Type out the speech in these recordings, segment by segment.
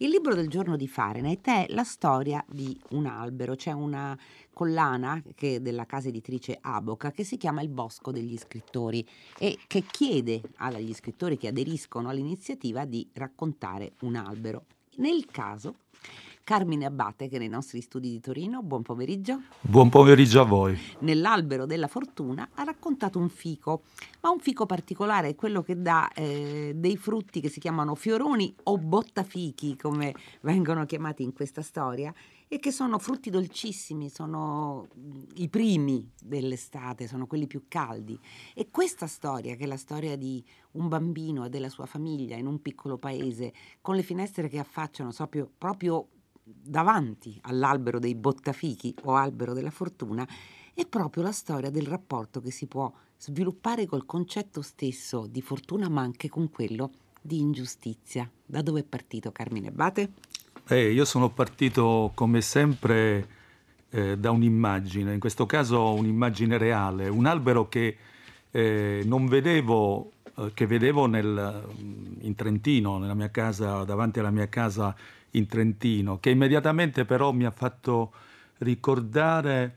Il libro del giorno di Fahrenheit è la storia di un albero. C'è una collana della casa editrice Aboca che si chiama Il bosco degli scrittori e che chiede agli scrittori che aderiscono all'iniziativa di raccontare un albero. Nel caso, Carmine Abbate, che è nei nostri studi di Torino, buon pomeriggio. Buon pomeriggio a voi. Nell'albero della fortuna ha raccontato un fico, ma un fico particolare è quello che dà dei frutti che si chiamano fioroni o bottafichi, come vengono chiamati in questa storia, e che sono frutti dolcissimi, sono i primi dell'estate, sono quelli più caldi. E questa storia, che è la storia di un bambino e della sua famiglia in un piccolo paese, con le finestre che affacciano proprio davanti all'albero dei bottafichi o albero della fortuna, è proprio la storia del rapporto che si può sviluppare col concetto stesso di fortuna, ma anche con quello di ingiustizia. Da dove è partito Carmine Abbate? Io sono partito come sempre da un'immagine, in questo caso un'immagine reale, un albero che non vedevo, che vedevo in Trentino, nella mia casa, davanti alla mia casa in Trentino, che immediatamente però mi ha fatto ricordare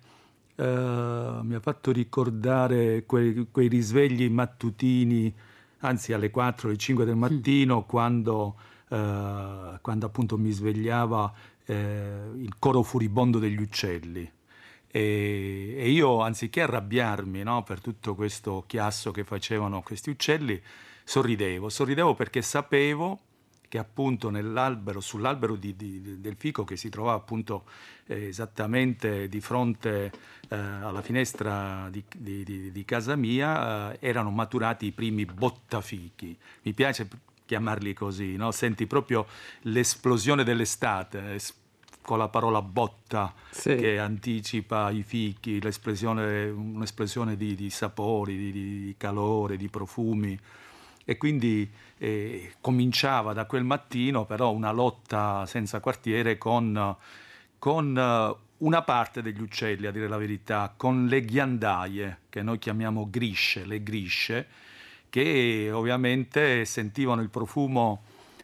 quei risvegli mattutini, anzi alle 4, alle 5 del mattino, quando appunto mi svegliava il coro furibondo degli uccelli. E io, anziché arrabbiarmi, no, per tutto questo chiasso che facevano questi uccelli, sorridevo perché sapevo che appunto sull'albero del fico, che si trovava appunto esattamente di fronte alla finestra di casa mia, erano maturati i primi bottafichi. Mi piace chiamarli così, no? Senti proprio l'esplosione dell'estate, con la parola botta, Sì. che anticipa i fichi, un'esplosione di sapori, di calore, di profumi. E quindi cominciava da quel mattino però una lotta senza quartiere con una parte degli uccelli, a dire la verità, con le ghiandaie, che noi chiamiamo grisce, le grisce, che ovviamente sentivano il profumo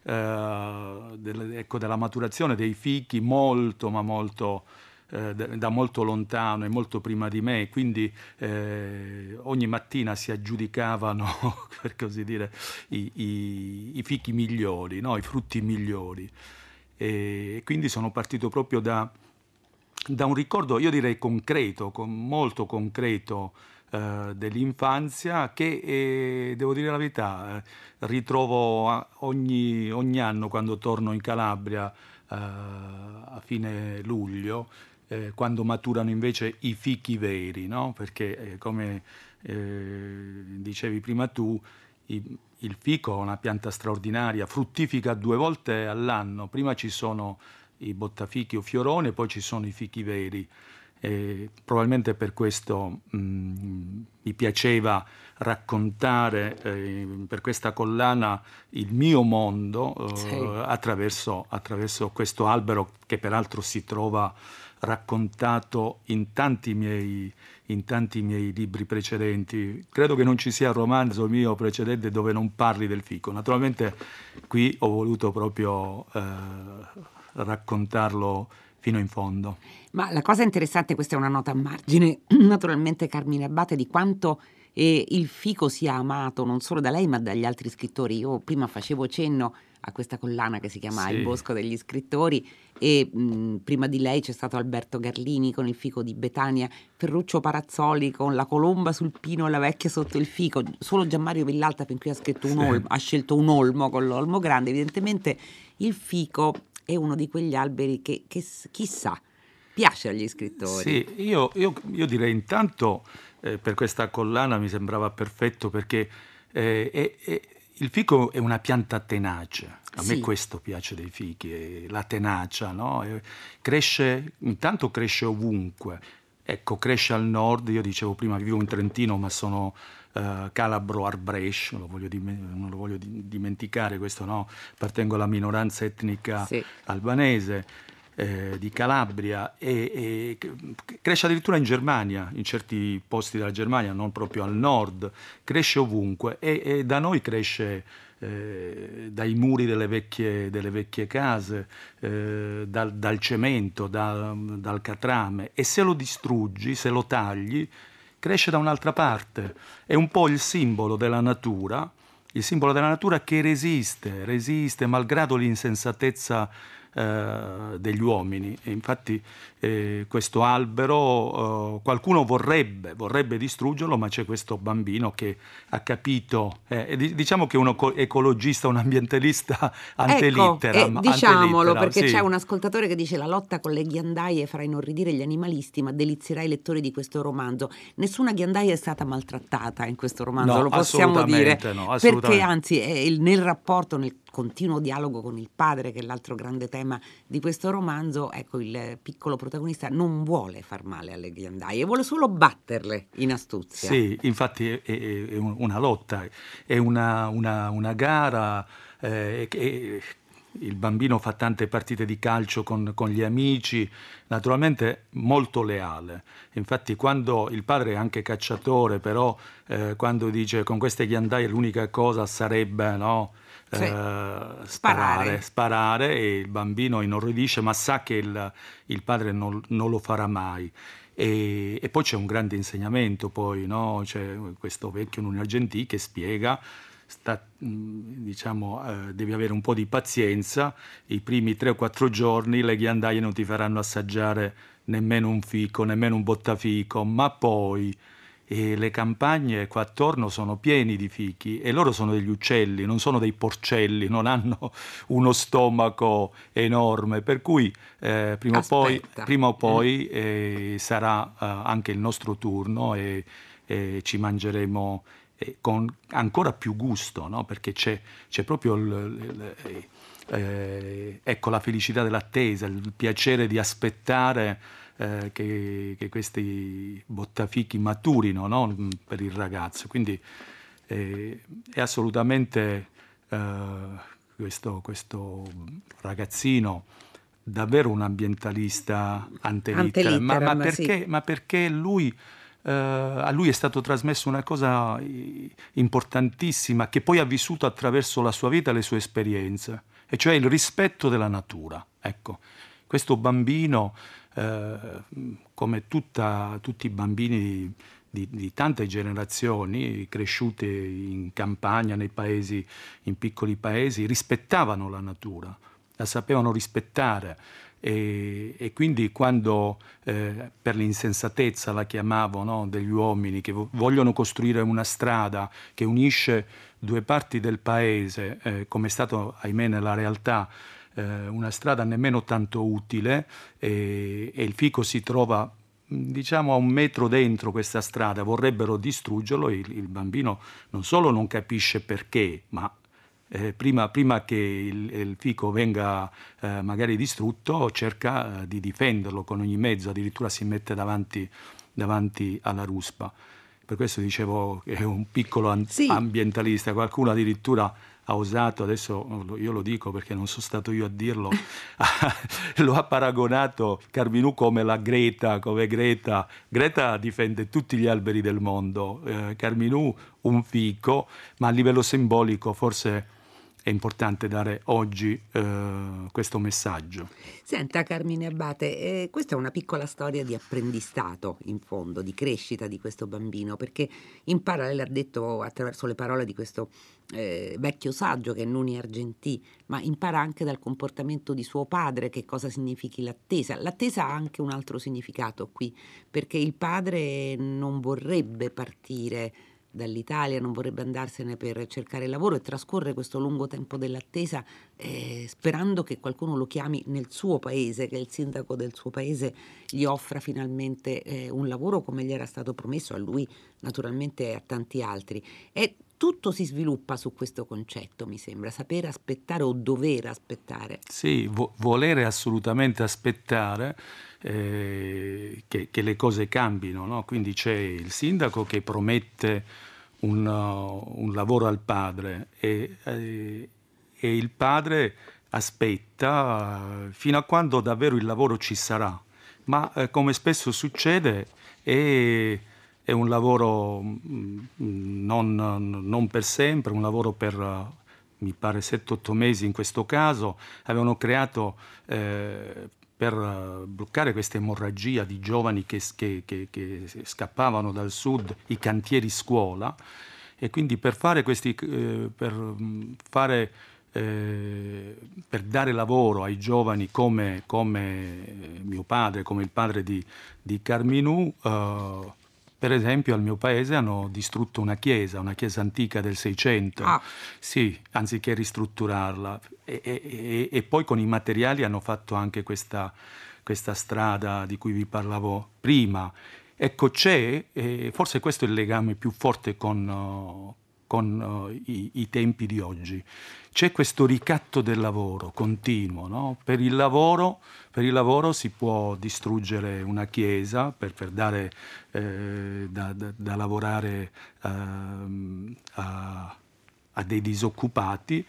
della maturazione dei fichi molto, ma molto da molto lontano e molto prima di me, quindi ogni mattina si aggiudicavano, per così dire, i fichi migliori, no? I frutti migliori. E quindi sono partito proprio da un ricordo, io direi concreto, molto concreto, dell'infanzia, che devo dire la verità, ritrovo ogni anno quando torno in Calabria a fine luglio, quando maturano invece i fichi veri, no? Perché come dicevi prima tu, il fico è una pianta straordinaria, fruttifica 2 volte all'anno. Prima ci sono i bottafichi o fioroni, e poi ci sono i fichi veri. Probabilmente per questo mi piaceva raccontare per questa collana il mio mondo Sì. attraverso questo albero, che peraltro si trova raccontato in tanti miei libri precedenti. Credo che non ci sia romanzo mio precedente dove non parli del fico. Naturalmente qui ho voluto proprio raccontarlo fino in fondo. Ma la cosa interessante, questa è una nota a margine, naturalmente Carmine Abbate, di quanto il fico sia amato non solo da lei ma dagli altri scrittori. Io prima facevo cenno a questa collana che si chiama Il Sì. bosco degli scrittori e prima di lei c'è stato Alberto Garlini con Il fico di Betania, Ferruccio Parazzoli con La colomba sul pino e la vecchia sotto il fico. Solo Gianmario Villalta fin qui ha scritto un olmo, ha scelto un olmo con l'olmo grande. Evidentemente il fico è uno di quegli alberi che chissà piace agli scrittori. Sì, io direi intanto per questa collana mi sembrava perfetto perché il fico è una pianta tenace. A me Sì. questo piace dei fichi, la tenacia, no? Intanto cresce ovunque. Ecco, cresce al nord, io dicevo prima che vivo in Trentino, ma sono calabro arbrescio, non lo voglio dimenticare questo, no? Appartengo alla minoranza etnica Sì. albanese. Di Calabria e cresce addirittura in Germania, in certi posti della Germania, non proprio al nord, cresce ovunque e da noi cresce dai muri delle vecchie case, dal cemento, dal catrame, e se lo distruggi, se lo tagli, cresce da un'altra parte. È un po' il simbolo della natura che resiste malgrado l'insensatezza degli uomini. E infatti questo albero qualcuno vorrebbe distruggerlo, ma c'è questo bambino che ha capito, diciamo che è un ecologista, un ambientalista antelitteram. Diciamolo, perché sì. C'è un ascoltatore che dice: la lotta con le ghiandaie farà inorridire gli animalisti, ma delizierà i lettori di questo romanzo. Nessuna ghiandaia è stata maltrattata in questo romanzo, No, lo possiamo dire, no, perché anzi nel rapporto, nel continuo dialogo con il padre, che è l'altro grande tema di questo romanzo, ecco, il piccolo protagonista non vuole far male alle ghiandaie, vuole solo batterle in astuzia. Sì, infatti è una lotta, è una gara. Il bambino fa tante partite di calcio con gli amici, naturalmente molto leale. Infatti quando il padre è anche cacciatore, però quando dice con queste ghiandaie l'unica cosa sarebbe, no, sparare, e il bambino inorridisce, ma sa che il padre non lo farà mai. E poi c'è un grande insegnamento, poi, no? C'è questo vecchio in un argentì che spiega, devi avere un po' di pazienza, i primi 3 o 4 giorni le ghiandaie non ti faranno assaggiare nemmeno un fico, nemmeno un bottafico, ma poi le campagne qua attorno sono pieni di fichi, e loro sono degli uccelli, non sono dei porcelli, non hanno uno stomaco enorme, per cui prima o poi sarà anche il nostro turno, e ci mangeremo con ancora più gusto, no? Perché c'è proprio ecco, la felicità dell'attesa, il piacere di aspettare che questi bottafichi maturino, no? Per il ragazzo. Quindi è assolutamente questo ragazzino davvero un ambientalista antelitteram, ma perché lui, a lui è stato trasmesso una cosa importantissima, che poi ha vissuto attraverso la sua vita e le sue esperienze, e cioè il rispetto della natura. Ecco, questo bambino, come tutti i bambini di tante generazioni cresciute in campagna, nei paesi, in piccoli paesi, rispettavano la natura, la sapevano rispettare, e quindi quando per l'insensatezza la chiamavo, no, degli uomini che vogliono costruire una strada che unisce 2 parti del paese, come è stato ahimè nella realtà, una strada nemmeno tanto utile, e il fico si trova, diciamo, a 1 metro dentro questa strada, vorrebbero distruggerlo, il bambino non solo non capisce perché, ma prima che il fico venga magari distrutto, cerca di difenderlo con ogni mezzo, addirittura si mette davanti alla ruspa. Per questo dicevo che è un piccolo ambientalista. Qualcuno addirittura ha osato, adesso io lo dico perché non sono stato io a dirlo, lo ha paragonato Carminù come Greta. Greta difende tutti gli alberi del mondo, Carminù un fico, ma a livello simbolico forse è importante dare oggi questo messaggio. Senta, Carmine Abbate, questa è una piccola storia di apprendistato, in fondo, di crescita di questo bambino, perché impara, lei l'ha detto attraverso le parole di questo vecchio saggio che è Nuni Argentì, ma impara anche dal comportamento di suo padre che cosa significhi l'attesa. L'attesa ha anche un altro significato qui, perché il padre non vorrebbe partire dall'Italia, non vorrebbe andarsene per cercare lavoro, e trascorre questo lungo tempo dell'attesa sperando che qualcuno lo chiami nel suo paese, che il sindaco del suo paese gli offra finalmente un lavoro come gli era stato promesso a lui, naturalmente, e a tanti altri. E tutto si sviluppa su questo concetto, mi sembra, sapere aspettare o dover aspettare. Sì, volere assolutamente aspettare che le cose cambino, no? Quindi c'è il sindaco che promette un lavoro al padre, e il padre aspetta fino a quando davvero il lavoro ci sarà, ma come spesso succede è un lavoro non per sempre, un lavoro per mi pare 7-8 mesi in questo caso, avevano creato per bloccare questa emorragia di giovani che scappavano dal sud, i cantieri scuola, e quindi per dare lavoro ai giovani come mio padre, come il padre di Carminù, per esempio al mio paese hanno distrutto una chiesa antica del 600, sì, anziché ristrutturarla, e poi con i materiali hanno fatto anche questa strada di cui vi parlavo prima. Ecco, c'è, forse questo è il legame più forte con i tempi di oggi. C'è questo ricatto del lavoro continuo, no? Per il lavoro si può distruggere una chiesa per dare da lavorare a dei disoccupati,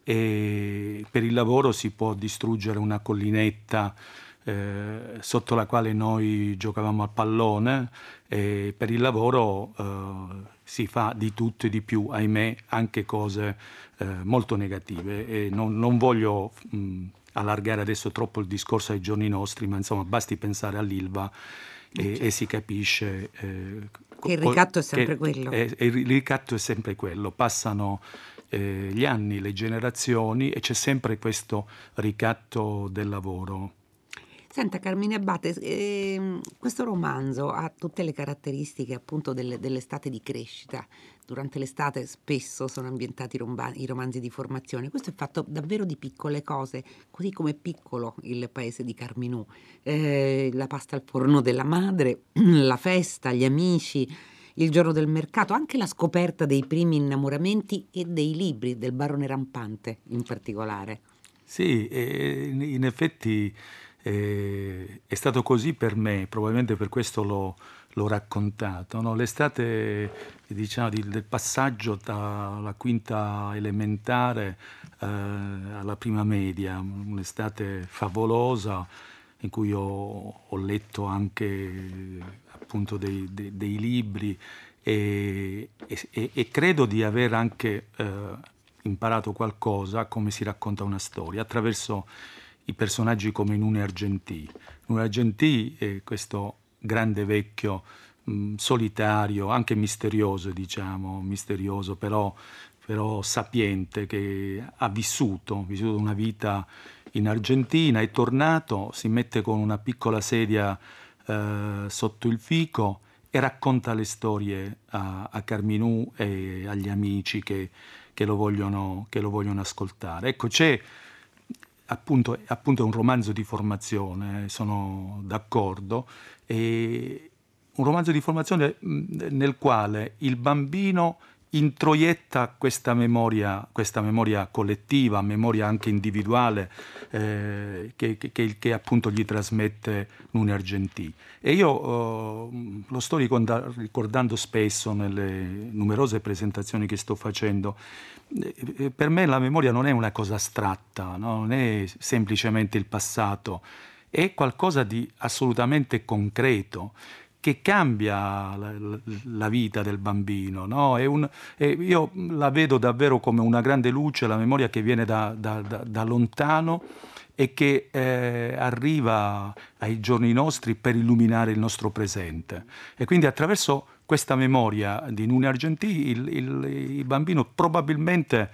e per il lavoro si può distruggere una collinetta sotto la quale noi giocavamo a pallone, e per il lavoro si fa di tutto e di più, ahimè, anche cose molto negative. E non voglio allargare adesso troppo il discorso ai giorni nostri, ma insomma basti pensare all'Ilva e si capisce che il ricatto è sempre quello. Il ricatto è sempre quello, passano gli anni, le generazioni, e c'è sempre questo ricatto del lavoro. Senta Carmine Abbate, questo romanzo ha tutte le caratteristiche appunto dell'estate di crescita. Durante l'estate spesso sono ambientati i romanzi di formazione. Questo è fatto davvero di piccole cose, così come è piccolo il paese di Carminù. La pasta al forno della madre, la festa, gli amici, il giorno del mercato, anche la scoperta dei primi innamoramenti e dei libri, del barone rampante in particolare. Sì, in effetti è stato così per me, probabilmente per questo l'ho raccontato, no? L'estate, diciamo, del passaggio dalla quinta elementare alla prima media, un'estate favolosa in cui ho letto anche appunto dei libri, e credo di aver anche imparato qualcosa, come si racconta una storia, attraverso i personaggi come Nune Argentì. Nune Argentì è questo grande vecchio solitario, anche misterioso, diciamo, misterioso però sapiente, che ha vissuto una vita in Argentina, è tornato, si mette con una piccola sedia sotto il fico e racconta le storie a Carminù e agli amici che lo vogliono ascoltare. Ecco, c'è appunto un romanzo di formazione, sono d'accordo, e un romanzo di formazione nel quale il bambino introietta questa memoria collettiva, memoria anche individuale, che appunto gli trasmette Nune Argentì. E io lo sto ricordando spesso nelle numerose presentazioni che sto facendo. Per me la memoria non è una cosa astratta, no? Non è semplicemente il passato, è qualcosa di assolutamente concreto, che cambia la vita del bambino, no? Io la vedo davvero come una grande luce, la memoria che viene da lontano e che arriva ai giorni nostri per illuminare il nostro presente. E quindi attraverso questa memoria di Nune Argentì il bambino probabilmente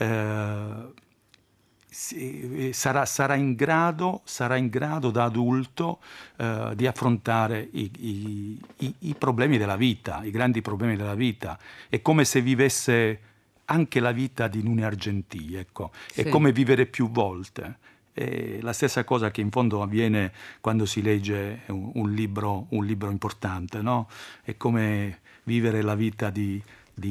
sarà in grado da adulto di affrontare i problemi della vita, i grandi problemi della vita. È come se vivesse anche la vita di Nune Argentì, ecco. Sì. È come vivere più volte. È la stessa cosa che in fondo avviene quando si legge un libro importante, no? È come vivere la vita di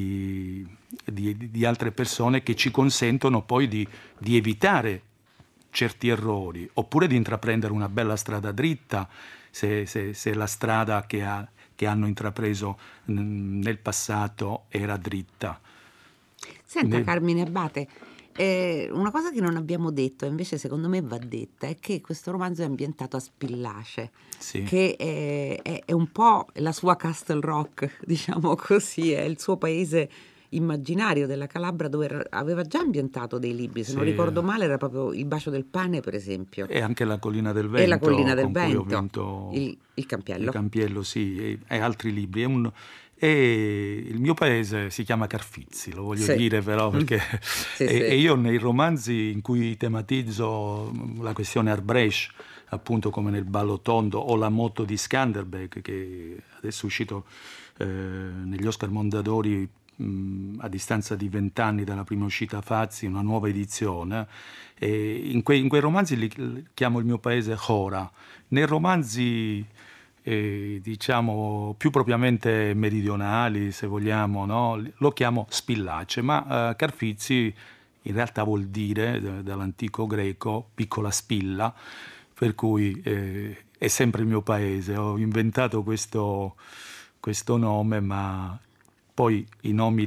altre persone, che ci consentono poi di evitare certi errori, oppure di intraprendere una bella strada dritta, se la strada che hanno intrapreso nel passato era dritta. Senta Carmine Abbate, una cosa che non abbiamo detto, invece secondo me va detta, è che questo romanzo è ambientato a Spillace, sì, che è un po' la sua Castle Rock, diciamo così, è il suo paese immaginario della Calabria, dove aveva già ambientato dei libri, se non ricordo male era proprio Il bacio del pane, per esempio. E anche La collina del E La collina vento, del con cui ho vento, vinto il Campiello. il Campiello, sì, e altri libri. E il mio paese si chiama Carfizzi, lo voglio dire però, perché e io nei romanzi in cui tematizzo la questione Arbrecht, appunto come nel Ballo Tondo o La moto di Skanderbeg, che adesso è uscito negli Oscar Mondadori a distanza di 20 anni dalla prima uscita Fazzi, una nuova edizione. E in quei romanzi li chiamo il mio paese Hora. Nei romanzi diciamo più propriamente meridionali, se vogliamo, no? Lo chiamo Spillace, ma Carfizzi in realtà vuol dire, dall'antico greco, piccola spilla, per cui è sempre il mio paese. Ho inventato questo nome, ma poi i nomi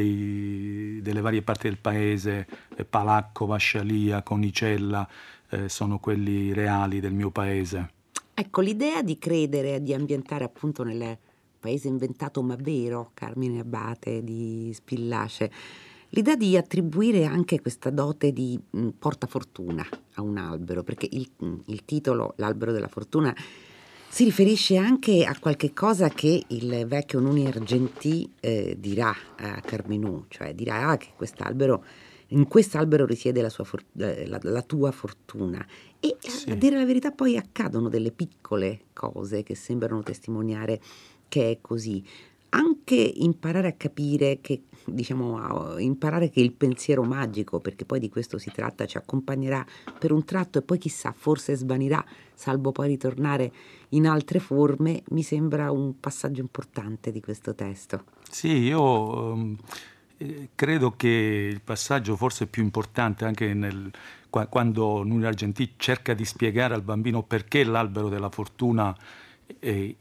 delle varie parti del paese, Palacco, Vascialia, Conicella, sono quelli reali del mio paese. Ecco, l'idea di credere, di ambientare appunto nel paese inventato ma vero, Carmine Abate di Spillace, l'idea di attribuire anche questa dote di portafortuna a un albero, perché il titolo, L'albero della fortuna, si riferisce anche a qualche cosa che il vecchio Nuni Argentì dirà a Carmenù, cioè dirà che in quest'albero risiede la tua fortuna. E a dire la verità poi accadono delle piccole cose che sembrano testimoniare che è così. Anche imparare a capire che, imparare che il pensiero magico, perché poi di questo si tratta, ci accompagnerà per un tratto e poi chissà, forse svanirà, salvo poi ritornare in altre forme, mi sembra un passaggio importante di questo testo. Sì, io credo che il passaggio forse più importante anche quando Nuni Argentì cerca di spiegare al bambino perché l'albero della fortuna è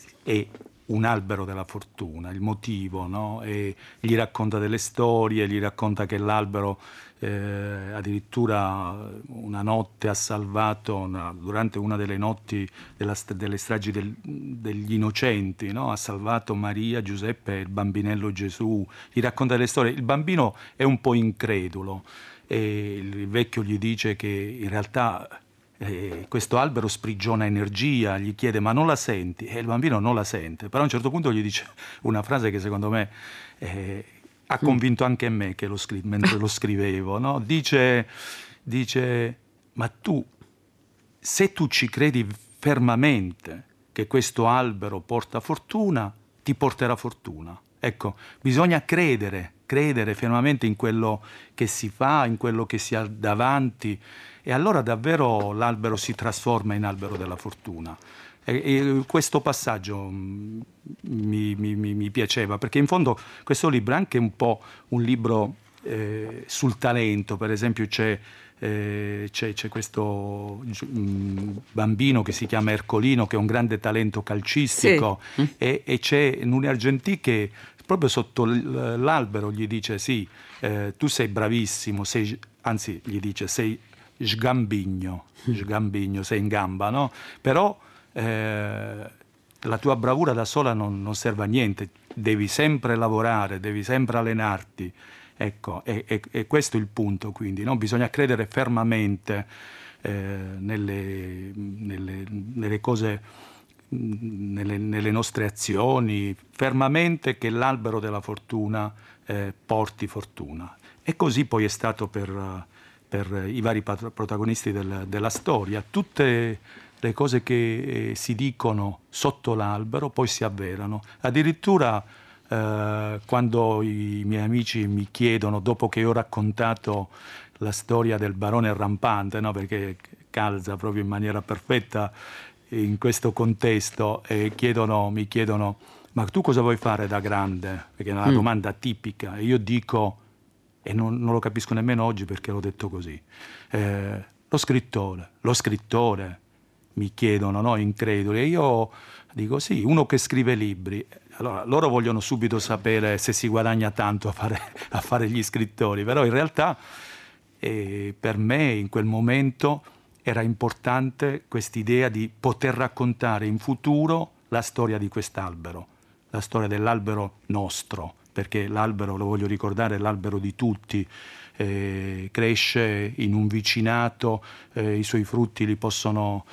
un albero della fortuna, il motivo, no? E gli racconta delle storie, gli racconta che l'albero addirittura una notte ha salvato, durante una delle notti delle stragi degli innocenti, no? Ha salvato Maria, Giuseppe e il bambinello Gesù, gli racconta delle storie. Il bambino è un po' incredulo e il vecchio gli dice che in realtà questo albero sprigiona energia, gli chiede ma non la senti? E il bambino non la sente, però a un certo punto gli dice una frase che secondo me ha convinto anche me che mentre lo scrivevo, no? Dice ma se tu ci credi fermamente che questo albero porta fortuna, ti porterà fortuna. Ecco, bisogna credere fermamente in quello che si fa, in quello che si ha davanti, e allora davvero l'albero si trasforma in albero della fortuna. E questo passaggio mi piaceva, perché in fondo questo libro è anche un po' un libro sul talento. Per esempio c'è questo bambino che si chiama Ercolino, che è un grande talento calcistico, sì. E c'è Nuni Argentì che proprio sotto l'albero gli dice sì, tu sei bravissimo, anzi gli dice sei sgambigno, sei in gamba, no? Però la tua bravura da sola non serve a niente, devi sempre lavorare, devi sempre allenarti. Ecco, e questo è il punto, quindi, no? Bisogna credere fermamente nelle cose, nelle nostre azioni, fermamente che l'albero della fortuna porti fortuna. E così poi è stato per i vari protagonisti della storia. Tutte le cose che si dicono sotto l'albero poi si avverano. Addirittura quando i miei amici mi chiedono, dopo che ho raccontato la storia del barone rampante, no? Perché calza proprio in maniera perfetta in questo contesto, mi chiedono ma tu cosa vuoi fare da grande? Perché è una domanda tipica, e io dico, e non lo capisco nemmeno oggi perché l'ho detto così, lo scrittore, mi chiedono, no? Increduli, e io dico sì, uno che scrive libri. Allora loro vogliono subito sapere se si guadagna tanto a fare gli scrittori, però in realtà per me in quel momento era importante quest'idea di poter raccontare in futuro la storia di quest'albero, la storia dell'albero nostro, perché l'albero, lo voglio ricordare, è l'albero di tutti, cresce in un vicinato, i suoi frutti li possono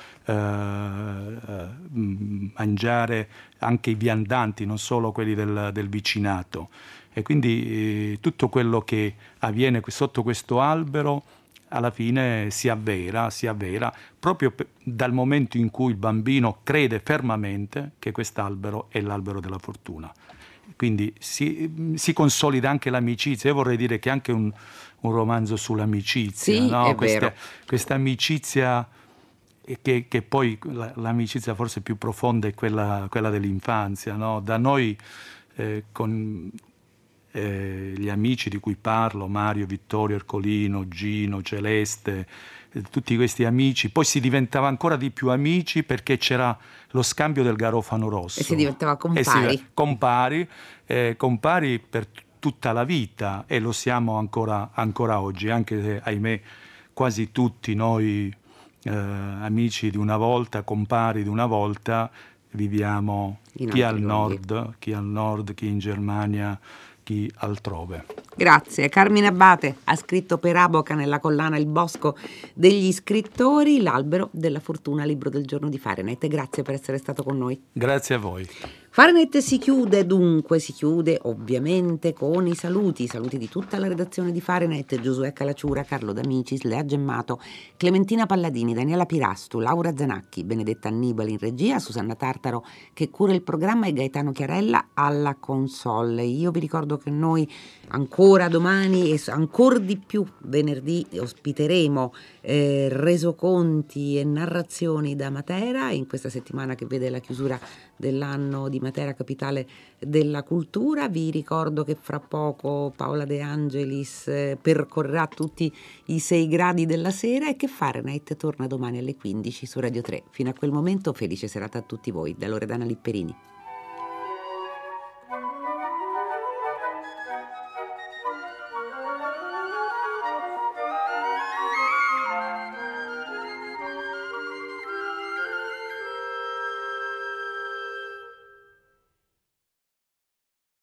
mangiare anche i viandanti, non solo quelli del vicinato. E quindi tutto quello che avviene sotto questo albero alla fine si avvera proprio dal momento in cui il bambino crede fermamente che quest'albero è l'albero della fortuna. Quindi si consolida anche l'amicizia. Io vorrei dire che è anche un romanzo sull'amicizia, Sì, no? è vero. Questa amicizia, che poi l'amicizia forse più profonda è quella dell'infanzia, no? Da noi con gli amici di cui parlo, Mario, Vittorio, Ercolino, Gino, Celeste, tutti questi amici, poi si diventava ancora di più amici perché c'era lo scambio del garofano rosso. E si diventava E compari. compari per tutta la vita, e lo siamo ancora oggi, anche se, ahimè, quasi tutti noi amici di una volta, compari di una volta, viviamo In chi altri al luoghi. nord, chi in Germania, chi altrove. Grazie. Carmine Abbate ha scritto per Aboca nella collana Il Bosco degli scrittori, L'albero della fortuna, libro del giorno di Fahrenheit. Grazie per essere stato con noi. Grazie a voi. Fahrenheit si chiude ovviamente con i saluti di tutta la redazione di Fahrenheit: Giosuè Calacciura, Carlo D'Amicis, Lea Gemmato, Clementina Palladini, Daniela Pirastu, Laura Zanacchi, Benedetta Annibali in regia, Susanna Tartaro che cura il programma e Gaetano Chiarella alla console. Io vi ricordo che noi ancora domani e ancora di più venerdì ospiteremo resoconti e narrazioni da Matera, in questa settimana che vede la chiusura dell'anno di Matera, capitale della cultura. Vi ricordo che fra poco Paola De Angelis percorrerà tutti i 6 gradi della sera e che Fahrenheit torna domani alle 15 su Radio 3. Fino a quel momento, felice serata a tutti voi da Loredana Lipperini.